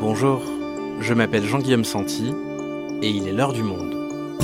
Bonjour, je m'appelle Jean-Guillaume Santi et il est l'heure du monde.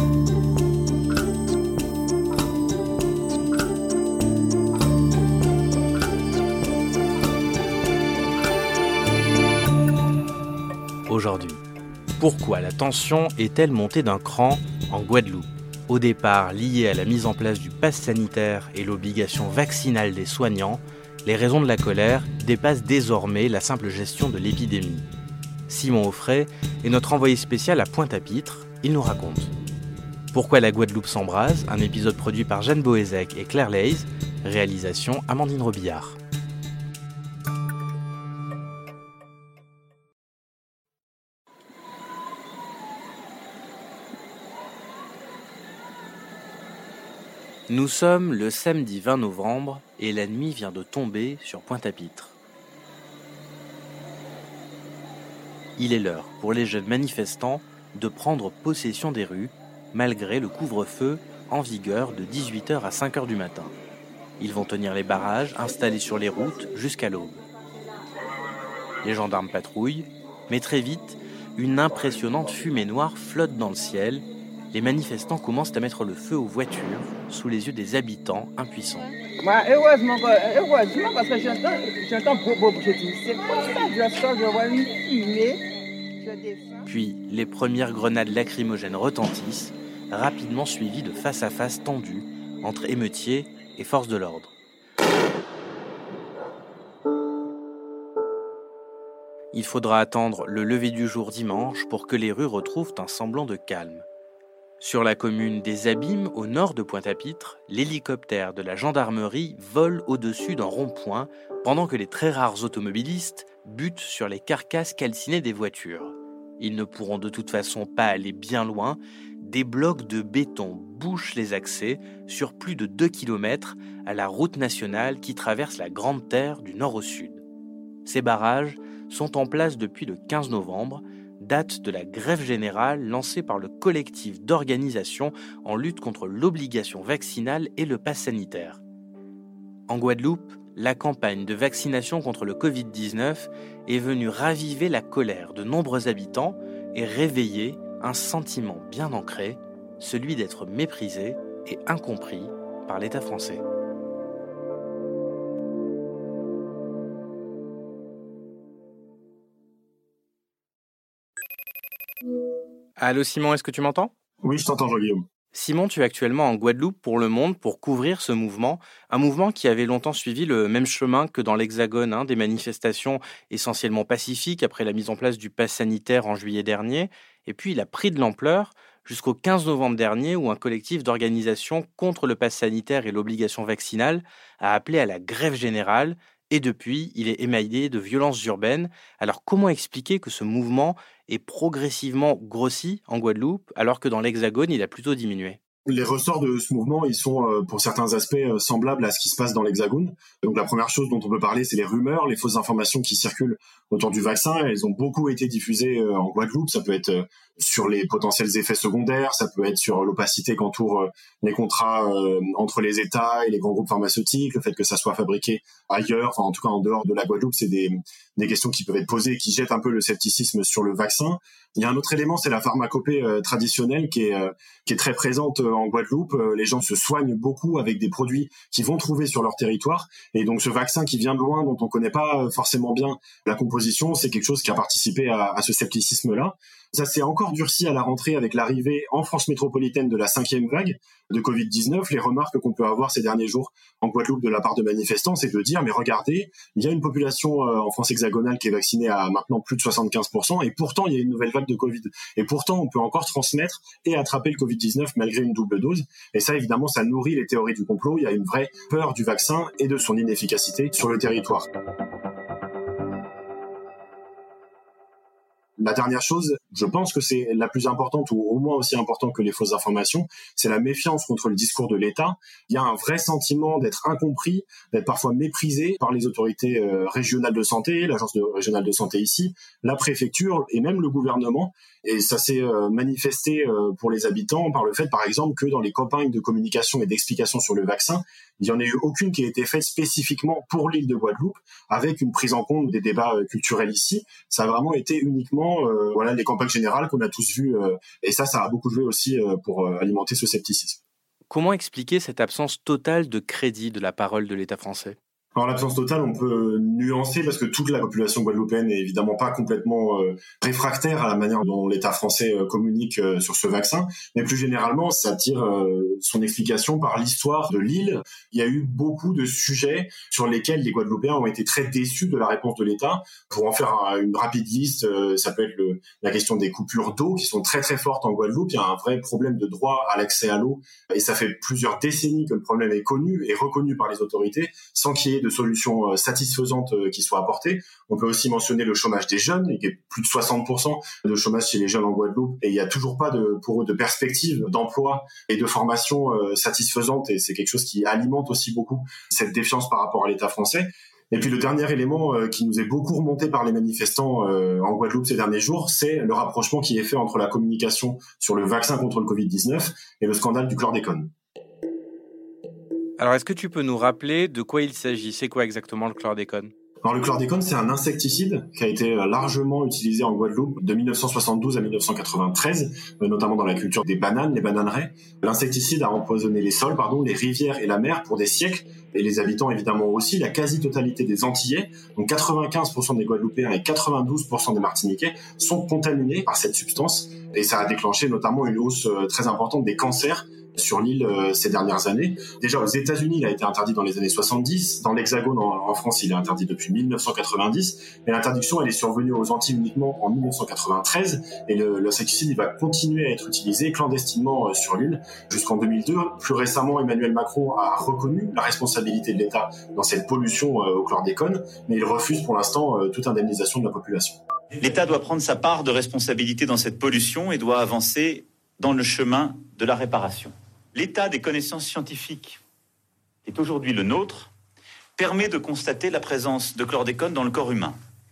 Aujourd'hui, pourquoi la tension est-elle montée d'un cran en Guadeloupe ? Au départ liée à la mise en place du pass sanitaire et l'obligation vaccinale des soignants, les raisons de la colère dépassent désormais la simple gestion de l'épidémie. Simon Offray est notre envoyé spécial à Pointe-à-Pitre, il nous raconte. Pourquoi la Guadeloupe s'embrase, un épisode produit par Jeanne Boézek et Claire Leys, réalisation Amandine Robillard. Nous sommes le samedi 20 novembre et la nuit vient de tomber sur Pointe-à-Pitre. Il est l'heure pour les jeunes manifestants de prendre possession des rues, malgré le couvre-feu en vigueur de 18h à 5h du matin. Ils vont tenir les barrages installés sur les routes jusqu'à l'aube. Les gendarmes patrouillent, mais très vite, une impressionnante fumée noire flotte dans le ciel. Les manifestants commencent à mettre le feu aux voitures sous les yeux des habitants impuissants. Heureusement, parce que j'entends beaucoup de choses. C'est pour ça que je vois une fumée. Puis, les premières grenades lacrymogènes retentissent, rapidement suivies de face-à-face tendus entre émeutiers et forces de l'ordre. Il faudra attendre le lever du jour dimanche pour que les rues retrouvent un semblant de calme. Sur la commune des Abîmes, au nord de Pointe-à-Pitre, l'hélicoptère de la gendarmerie vole au-dessus d'un rond-point pendant que les très rares automobilistes butent sur les carcasses calcinées des voitures. Ils ne pourront de toute façon pas aller bien loin. Des blocs de béton bouchent les accès sur plus de 2 km à la route nationale qui traverse la Grande Terre du nord au sud. Ces barrages sont en place depuis le 15 novembre, date de la grève générale lancée par le collectif d'organisation en lutte contre l'obligation vaccinale et le pass sanitaire. En Guadeloupe, la campagne de vaccination contre le Covid-19 est venue raviver la colère de nombreux habitants et réveiller un sentiment bien ancré, celui d'être méprisé et incompris par l'État français. Allô Simon, est-ce que tu m'entends ? Oui, je t'entends Jean-Guillaume. Simon, tu es actuellement en Guadeloupe pour Le Monde pour couvrir ce mouvement, un mouvement qui avait longtemps suivi le même chemin que dans l'Hexagone, des manifestations essentiellement pacifiques après la mise en place du pass sanitaire en juillet dernier, et puis il a pris de l'ampleur jusqu'au 15 novembre dernier où un collectif d'organisation contre le pass sanitaire et l'obligation vaccinale a appelé à la grève générale, et depuis, il est émaillé de violences urbaines. Alors comment expliquer que ce mouvement est progressivement grossi en Guadeloupe, alors que dans l'Hexagone, il a plutôt diminué ? Les ressorts de ce mouvement, ils sont pour certains aspects semblables à ce qui se passe dans l'Hexagone. Donc la première chose dont on peut parler, c'est les rumeurs, les fausses informations qui circulent autour du vaccin. Elles ont beaucoup été diffusées en Guadeloupe. Ça peut être sur les potentiels effets secondaires, ça peut être sur l'opacité qu'entoure les contrats entre les États et les grands groupes pharmaceutiques, le fait que ça soit fabriqué ailleurs, enfin en tout cas en dehors de la Guadeloupe, c'est des questions qui peuvent être posées et qui jettent un peu le scepticisme sur le vaccin. Il y a un autre élément, c'est la pharmacopée traditionnelle qui est très présente en Guadeloupe. Les gens se soignent beaucoup avec des produits qu'ils vont trouver sur leur territoire. Et donc ce vaccin qui vient de loin, dont on connaît pas forcément bien la composition, c'est quelque chose qui a participé à ce scepticisme-là. Ça s'est encore durci à la rentrée avec l'arrivée en France métropolitaine de la 5e vague de Covid-19. Les remarques qu'on peut avoir ces derniers jours en Guadeloupe de la part de manifestants, c'est de dire, mais regardez, il y a une population en France hexagonale qui est vaccinée à maintenant plus de 75%, et pourtant il y a une nouvelle vague de Covid. Et pourtant, on peut encore transmettre et attraper le Covid-19 malgré une double dose. Et ça, évidemment, ça nourrit les théories du complot. Il y a une vraie peur du vaccin et de son inefficacité sur le territoire. La dernière chose, je pense que c'est la plus importante ou au moins aussi importante que les fausses informations, c'est la méfiance contre le discours de l'État. Il y a un vrai sentiment d'être incompris, d'être parfois méprisé par les autorités régionales de santé, l'agence régionale de santé ici, la préfecture et même le gouvernement. Et ça s'est manifesté pour les habitants par le fait, par exemple, que dans les campagnes de communication et d'explication sur le vaccin, il n'y en a eu aucune qui a été faite spécifiquement pour l'île de Guadeloupe, avec une prise en compte des débats culturels ici. Ça a vraiment été uniquement les campagnes générales qu'on a tous vues, et ça a beaucoup joué aussi pour alimenter ce scepticisme. Comment expliquer cette absence totale de crédit de la parole de l'État français ? Alors l'absence totale, on peut nuancer parce que toute la population guadeloupéenne n'est évidemment pas complètement réfractaire à la manière dont l'État français communique sur ce vaccin, mais plus généralement, ça tire son explication par l'histoire de l'île. Il y a eu beaucoup de sujets sur lesquels les Guadeloupéens ont été très déçus de la réponse de l'État. Pour en faire une rapide liste, ça peut être la question des coupures d'eau qui sont très très fortes en Guadeloupe. Il y a un vrai problème de droit à l'accès à l'eau et ça fait plusieurs décennies que le problème est connu et reconnu par les autorités sans qu'il y ait de solutions satisfaisantes qui soient apportées. On peut aussi mentionner le chômage des jeunes, il y a plus de 60% de chômage chez les jeunes en Guadeloupe et il n'y a toujours pas pour eux de perspective d'emploi et de formation satisfaisante et c'est quelque chose qui alimente aussi beaucoup cette défiance par rapport à l'État français. Et puis le dernier élément qui nous est beaucoup remonté par les manifestants en Guadeloupe ces derniers jours, c'est le rapprochement qui est fait entre la communication sur le vaccin contre le Covid-19 et le scandale du chlordécone. Alors, est-ce que tu peux nous rappeler de quoi il s'agit ? C'est quoi exactement le chlordécone ? Alors le chlordécone, c'est un insecticide qui a été largement utilisé en Guadeloupe de 1972 à 1993, notamment dans la culture des bananes, les bananeraies. L'insecticide a empoisonné les sols, les rivières et la mer pour des siècles, et les habitants évidemment aussi. La quasi-totalité des Antillais, donc 95% des Guadeloupéens et 92% des Martiniquais, sont contaminés par cette substance, et ça a déclenché notamment une hausse très importante des cancers sur l'île ces dernières années. Déjà aux États-Unis, il a été interdit dans les années 70. Dans l'Hexagone, en France, il est interdit depuis 1990. Mais l'interdiction, elle est survenue aux Antilles uniquement en 1993. Et l'insecticide, il va continuer à être utilisé clandestinement sur l'île jusqu'en 2002. Plus récemment, Emmanuel Macron a reconnu la responsabilité de l'État dans cette pollution au chlordécone, mais il refuse pour l'instant toute indemnisation de la population. L'État doit prendre sa part de responsabilité dans cette pollution et doit avancer dans le chemin de la réparation. L'état des connaissances scientifiques, qui est aujourd'hui le nôtre, permet de constater la présence de chlordécone dans le corps humain.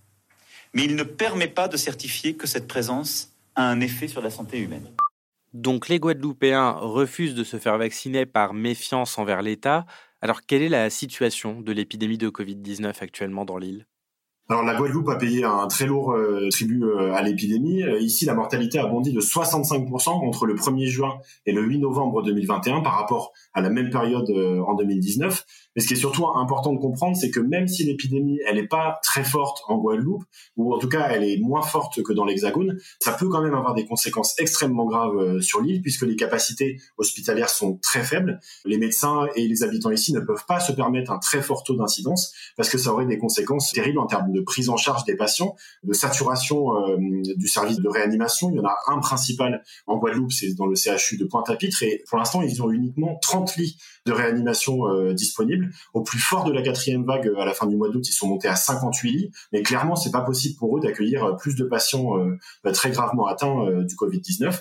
Mais il ne permet pas de certifier que cette présence a un effet sur la santé humaine. Donc les Guadeloupéens refusent de se faire vacciner par méfiance envers l'État. Alors quelle est la situation de l'épidémie de Covid-19 actuellement dans l'île ? Alors la Guadeloupe a payé un très lourd tribut à l'épidémie. Ici, la mortalité a bondi de 65% entre le 1er juin et le 8 novembre 2021 par rapport à la même période en 2019. Mais ce qui est surtout important de comprendre, c'est que même si l'épidémie, elle n'est pas très forte en Guadeloupe, ou en tout cas elle est moins forte que dans l'Hexagone, ça peut quand même avoir des conséquences extrêmement graves sur l'île, puisque les capacités hospitalières sont très faibles. Les médecins et les habitants ici ne peuvent pas se permettre un très fort taux d'incidence, parce que ça aurait des conséquences terribles en termes de prise en charge des patients, de saturation du service de réanimation. Il y en a un principal en Guadeloupe, c'est dans le CHU de Pointe-à-Pitre, et pour l'instant, ils ont uniquement 30 lits de réanimation disponibles. Au plus fort de la 4e vague, à la fin du mois d'août, ils sont montés à 58 lits, mais clairement, c'est pas possible pour eux d'accueillir plus de patients très gravement atteints du Covid-19.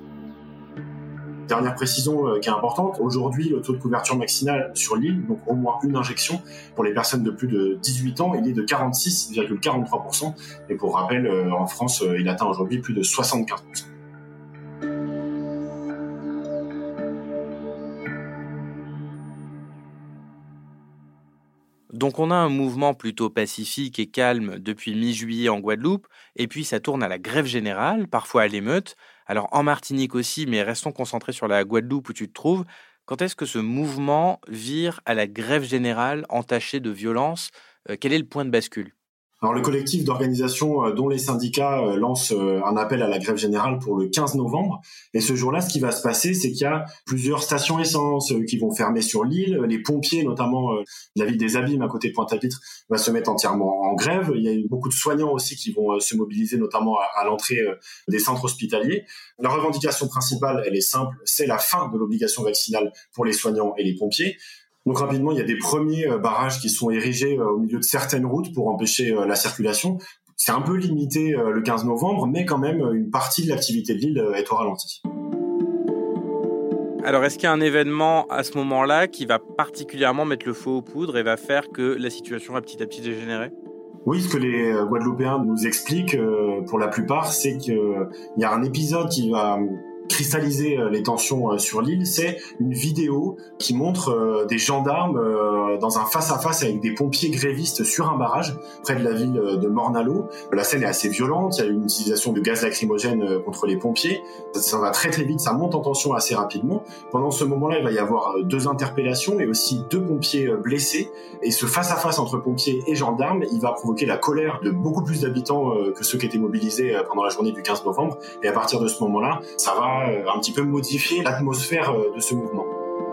Dernière précision qui est importante, aujourd'hui, le taux de couverture maximale sur l'île, donc au moins une injection, pour les personnes de plus de 18 ans, il est de 46,43%. Et pour rappel, en France, il atteint aujourd'hui plus de 75%. Donc on a un mouvement plutôt pacifique et calme depuis mi-juillet en Guadeloupe, et puis ça tourne à la grève générale, parfois à l'émeute. Alors en Martinique aussi, mais restons concentrés sur la Guadeloupe où tu te trouves. Quand est-ce que ce mouvement vire à la grève générale entachée de violence ? Quel est le point de bascule ? Alors le collectif d'organisations dont les syndicats lancent un appel à la grève générale pour le 15 novembre. Et ce jour-là, ce qui va se passer, c'est qu'il y a plusieurs stations essence qui vont fermer sur l'île. Les pompiers, notamment la ville des Abîmes à côté de Pointe-à-Pitre, va se mettre entièrement en grève. Il y a beaucoup de soignants aussi qui vont se mobiliser, notamment à l'entrée des centres hospitaliers. La revendication principale, elle est simple, c'est la fin de l'obligation vaccinale pour les soignants et les pompiers. Donc rapidement, il y a des premiers barrages qui sont érigés au milieu de certaines routes pour empêcher la circulation. C'est un peu limité le 15 novembre, mais quand même, une partie de l'activité de l'île est au ralenti. Alors, est-ce qu'il y a un événement à ce moment-là qui va particulièrement mettre le feu aux poudres et va faire que la situation va petit à petit dégénérer ? Oui, ce que les Guadeloupéens nous expliquent, pour la plupart, c'est qu'il y a un épisode qui va cristalliser les tensions sur l'île. C'est une vidéo qui montre des gendarmes dans un face-à-face avec des pompiers grévistes sur un barrage près de la ville de Morne-à-l'Eau. La scène est assez violente, il y a une utilisation de gaz lacrymogène contre les pompiers. Ça va très très vite, ça monte en tension assez rapidement. Pendant ce moment-là, il va y avoir 2 interpellations et aussi 2 pompiers blessés. Et ce face-à-face entre pompiers et gendarmes, il va provoquer la colère de beaucoup plus d'habitants que ceux qui étaient mobilisés pendant la journée du 15 novembre. Et à partir de ce moment-là, ça va un petit peu modifier l'atmosphère de ce mouvement.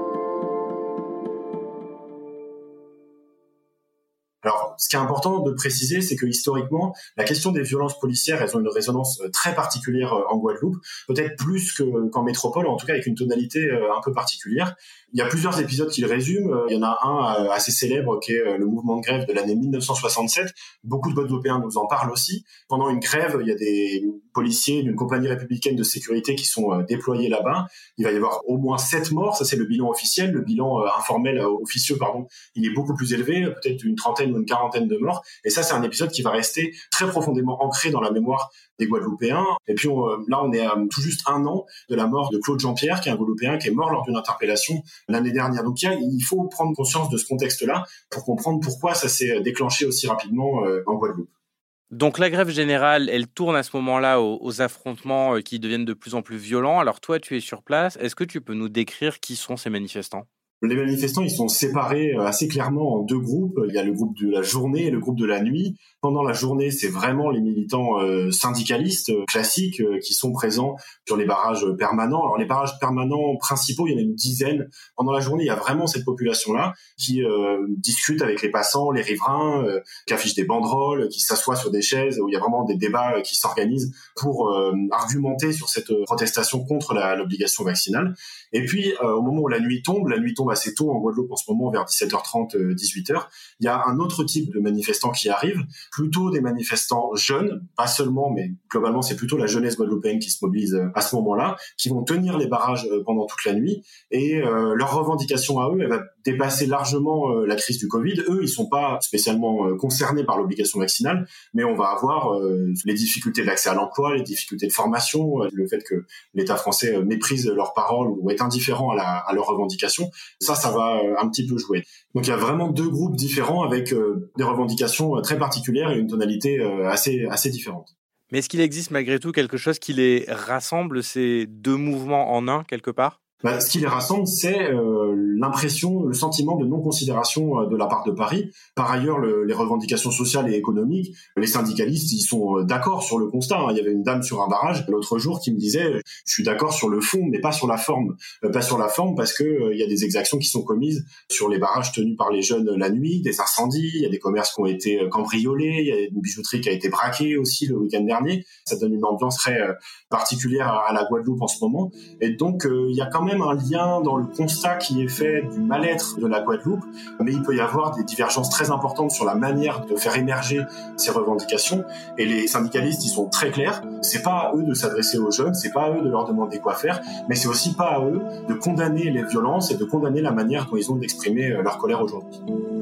Alors, ce qui est important de préciser, c'est que historiquement, la question des violences policières, elles ont une résonance très particulière en Guadeloupe, peut-être plus qu'en métropole, en tout cas avec une tonalité un peu particulière. Il y a plusieurs épisodes qui le résument. Il y en a un assez célèbre qui est le mouvement de grève de l'année 1967. Beaucoup de Guadeloupéens nous en parlent aussi. Pendant une grève, il y a des policiers d'une compagnie républicaine de sécurité qui sont déployés là-bas. Il va y avoir au moins 7 morts, ça c'est le bilan officiel. Le bilan officieux, il est beaucoup plus élevé, peut-être une trentaine ou une quarantaine de morts. Et ça, c'est un épisode qui va rester très profondément ancré dans la mémoire des Guadeloupéens. Et puis là, on est à tout juste 1 an de la mort de Claude Jean-Pierre, qui est un Guadeloupéen qui est mort lors d'une interpellation l'année dernière. Donc il faut prendre conscience de ce contexte-là pour comprendre pourquoi ça s'est déclenché aussi rapidement en Guadeloupe. Donc la grève générale, elle tourne à ce moment-là aux affrontements qui deviennent de plus en plus violents. Alors toi, tu es sur place. Est-ce que tu peux nous décrire qui sont ces manifestants ? Les manifestants, ils sont séparés assez clairement en 2 groupes. Il y a le groupe de la journée et le groupe de la nuit. Pendant la journée, c'est vraiment les militants syndicalistes classiques qui sont présents sur les barrages permanents. Alors les barrages permanents principaux, il y en a une dizaine. Pendant la journée, il y a vraiment cette population-là qui discute avec les passants, les riverains, qui affichent des banderoles, qui s'assoient sur des chaises, où il y a vraiment des débats qui s'organisent pour argumenter sur cette protestation contre l'obligation vaccinale. Et puis, au moment où la nuit tombe assez tôt en Guadeloupe en ce moment, vers 17h30, 18h, il y a un autre type de manifestants qui arrive, plutôt des manifestants jeunes, pas seulement, mais globalement, c'est plutôt la jeunesse guadeloupéenne qui se mobilise à ce moment-là, qui vont tenir les barrages pendant toute la nuit. Et leur revendication à eux, elle va dépasser largement la crise du Covid. Eux, ils sont pas spécialement concernés par l'obligation vaccinale, mais on va avoir les difficultés d'accès à l'emploi, les difficultés de formation, le fait que l'État français méprise leurs paroles ou est indifférent à leurs revendications. Ça va un petit peu jouer. Donc il y a vraiment 2 groupes différents avec des revendications très particulières et une tonalité assez différente. Mais est-ce qu'il existe malgré tout quelque chose qui les rassemble, ces 2 mouvements en un, quelque part ? Ce qui les rassemble, c'est l'impression, le sentiment de non-considération de la part de Paris. Par ailleurs, les revendications sociales et économiques, les syndicalistes, ils sont d'accord sur le constat. Il y avait une dame sur un barrage l'autre jour qui me disait « Je suis d'accord sur le fond, mais pas sur la forme. » Pas sur la forme parce que il y a des exactions qui sont commises sur les barrages tenus par les jeunes la nuit, des incendies, il y a des commerces qui ont été cambriolés, il y a une bijouterie qui a été braquée aussi le week-end dernier. Ça donne une ambiance très particulière à la Guadeloupe en ce moment. Et donc, il y a quand même un lien dans le constat qui est fait du mal-être de la Guadeloupe, mais il peut y avoir des divergences très importantes sur la manière de faire émerger ces revendications. Et les syndicalistes, ils sont très clairs. C'est pas à eux de s'adresser aux jeunes, c'est pas à eux de leur demander quoi faire, mais c'est aussi pas à eux de condamner les violences et de condamner la manière dont ils ont d'exprimer leur colère aujourd'hui.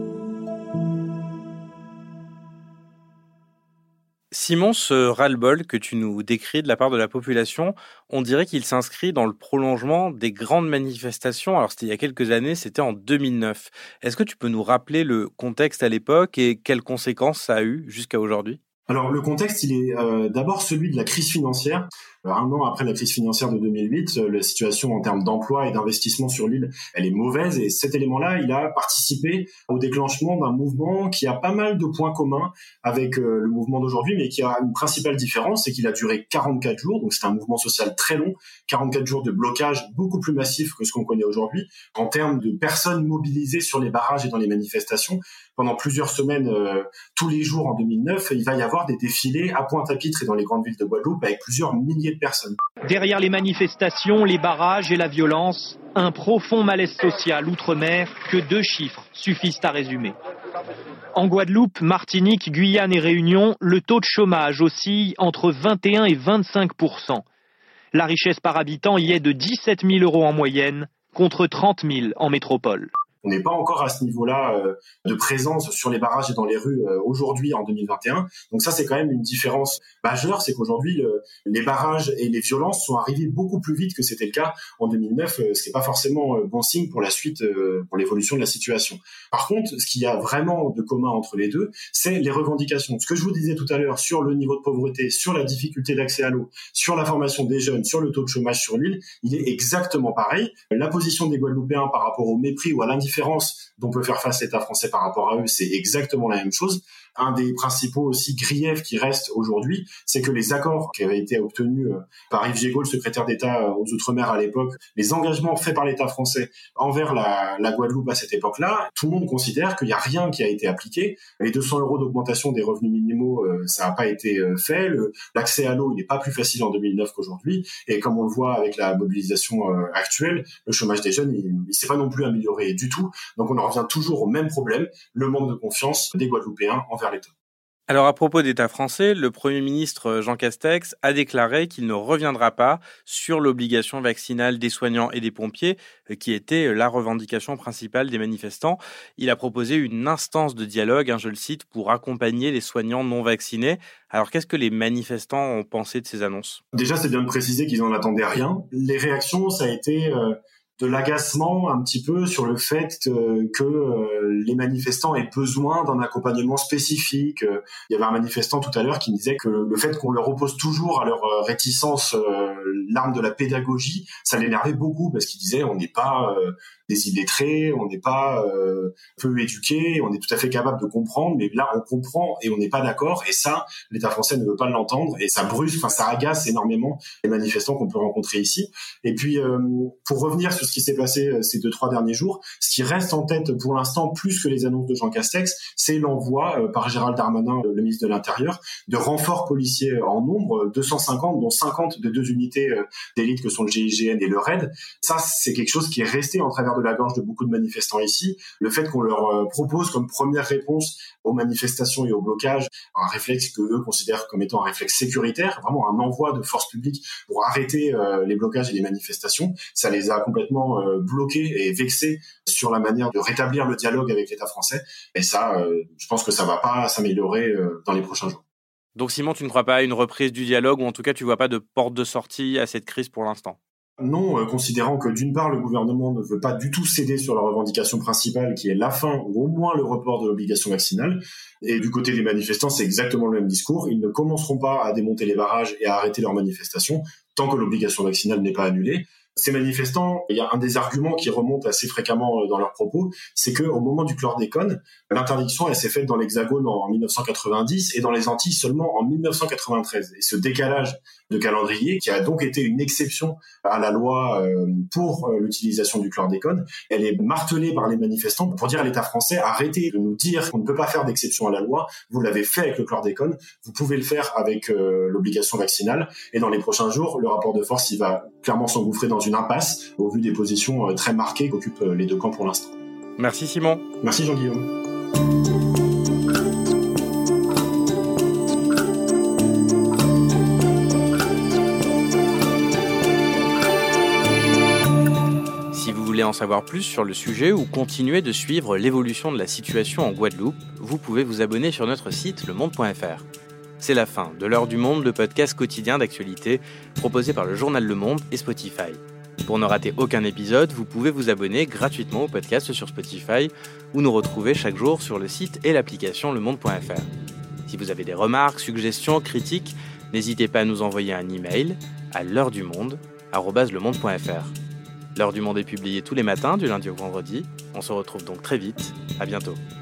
Simon, ce ras-le-bol que tu nous décris de la part de la population, on dirait qu'il s'inscrit dans le prolongement des grandes manifestations. Alors c'était il y a quelques années, c'était en 2009. Est-ce que tu peux nous rappeler le contexte à l'époque et quelles conséquences ça a eu jusqu'à aujourd'hui ? Alors le contexte, il est d'abord celui de la crise financière. 1 an après la crise financière de 2008, la situation en termes d'emploi et d'investissement sur l'île, elle est mauvaise. Et cet élément-là, il a participé au déclenchement d'un mouvement qui a pas mal de points communs avec le mouvement d'aujourd'hui, mais qui a une principale différence, c'est qu'il a duré 44 jours. Donc c'est un mouvement social très long, 44 jours de blocage beaucoup plus massif que ce qu'on connaît aujourd'hui. En termes de personnes mobilisées sur les barrages et dans les manifestations, pendant plusieurs semaines, tous les jours en 2009, il va y avoir des défilés à Pointe-à-Pitre et dans les grandes villes de Guadeloupe avec plusieurs milliers de personnes. Derrière les manifestations, les barrages et la violence, un profond malaise social outre-mer que 2 chiffres suffisent à résumer. En Guadeloupe, Martinique, Guyane et Réunion, le taux de chômage oscille entre 21 et 25%. La richesse par habitant y est de 17 000 € en moyenne, contre 30 000 en métropole. On n'est pas encore à ce niveau-là de présence sur les barrages et dans les rues aujourd'hui en 2021. Donc ça, c'est quand même une différence majeure, c'est qu'aujourd'hui, les barrages et les violences sont arrivés beaucoup plus vite que c'était le cas en 2009, ce qui n'est pas forcément bon signe pour la suite, pour l'évolution de la situation. Par contre, ce qu'il y a vraiment de commun entre les deux, c'est les revendications. Ce que je vous disais tout à l'heure sur le niveau de pauvreté, sur la difficulté d'accès à l'eau, sur la formation des jeunes, sur le taux de chômage sur l'île, il est exactement pareil. La position des Guadeloupéens par rapport au mépris ou à l'indifférence dont peut faire face l'État français par rapport à eux, c'est exactement la même chose. Un des principaux aussi griefs qui restent aujourd'hui, c'est que les accords qui avaient été obtenus par Yves Gégaud, le secrétaire d'État aux Outre-mer à l'époque, les engagements faits par l'État français envers la Guadeloupe à cette époque-là, tout le monde considère qu'il n'y a rien qui a été appliqué. Les 200 € d'augmentation des revenus minimaux, ça n'a pas été fait. L'accès à l'eau, il n'est pas plus facile en 2009 qu'aujourd'hui. Et comme on le voit avec la mobilisation actuelle, le chômage des jeunes, il ne s'est pas non plus amélioré du tout. Donc on en revient toujours au même problème, le manque de confiance des Guadeloupéens envers l'État. Alors à propos d'État français, le Premier ministre Jean Castex a déclaré qu'il ne reviendra pas sur l'obligation vaccinale des soignants et des pompiers, qui était la revendication principale des manifestants. Il a proposé une instance de dialogue, je le cite, pour accompagner les soignants non vaccinés. Alors qu'est-ce que les manifestants ont pensé de ces annonces ? Déjà, c'est bien de préciser qu'ils n'en attendaient rien. Les réactions, ça a été de l'agacement un petit peu sur le fait que les manifestants aient besoin d'un accompagnement spécifique. Il y avait un manifestant tout à l'heure qui disait que le fait qu'on leur oppose toujours à leur réticence l'arme de la pédagogie, ça l'énervait beaucoup parce qu'il disait on n'est pas des illettrés, on n'est pas peu éduqués, on est tout à fait capable de comprendre, mais là on comprend et on n'est pas d'accord, et ça, l'État français ne veut pas l'entendre, et ça brusque, ça agace énormément les manifestants qu'on peut rencontrer ici. Et puis, pour revenir sur ce qui s'est passé ces 2-3 derniers jours, ce qui reste en tête pour l'instant, plus que les annonces de Jean Castex, c'est l'envoi par Gérald Darmanin, le ministre de l'Intérieur, de renforts policiers en nombre, 250, dont 50 de 2 unités d'élite que sont le GIGN et le RAID. Ça, c'est quelque chose qui est resté en travers de la gorge de beaucoup de manifestants ici. Le fait qu'on leur propose comme première réponse aux manifestations et aux blocages un réflexe que eux considèrent comme étant un réflexe sécuritaire, vraiment un envoi de forces publiques pour arrêter les blocages et les manifestations, ça les a complètement bloqués et vexés sur la manière de rétablir le dialogue avec l'État français. Et ça, je pense que ça va pas s'améliorer dans les prochains jours. Donc Simon, tu ne crois pas à une reprise du dialogue, ou en tout cas tu vois pas de porte de sortie à cette crise pour l'instant ? Non, considérant que d'une part, le gouvernement ne veut pas du tout céder sur la revendication principale qui est la fin ou au moins le report de l'obligation vaccinale. Et du côté des manifestants, c'est exactement le même discours. Ils ne commenceront pas à démonter les barrages et à arrêter leurs manifestations tant que l'obligation vaccinale n'est pas annulée. Ces manifestants, il y a un des arguments qui remonte assez fréquemment dans leurs propos, c'est qu'au moment du chlordécone, l'interdiction, elle s'est faite dans l'Hexagone en 1990 et dans les Antilles seulement en 1993. Et ce décalage de calendrier, qui a donc été une exception à la loi pour l'utilisation du chlordécone, elle est martelée par les manifestants pour dire à l'État français, arrêtez de nous dire qu'on ne peut pas faire d'exception à la loi, vous l'avez fait avec le chlordécone, vous pouvez le faire avec l'obligation vaccinale, et dans les prochains jours, le rapport de force, il va clairement s'engouffrer dans une impasse, au vu des positions très marquées qu'occupent les deux camps pour l'instant. Merci Simon. Merci Jean-Guillaume. Si vous voulez en savoir plus sur le sujet ou continuer de suivre l'évolution de la situation en Guadeloupe, vous pouvez vous abonner sur notre site lemonde.fr. C'est la fin de l'heure du monde, le podcast quotidien d'actualité proposé par le journal Le Monde et Spotify. Pour ne rater aucun épisode, vous pouvez vous abonner gratuitement au podcast sur Spotify ou nous retrouver chaque jour sur le site et l'application lemonde.fr. Si vous avez des remarques, suggestions, critiques, n'hésitez pas à nous envoyer un email à l'heuredumonde@lemonde.fr. L'heure du monde est publiée tous les matins du lundi au vendredi. On se retrouve donc très vite. À bientôt.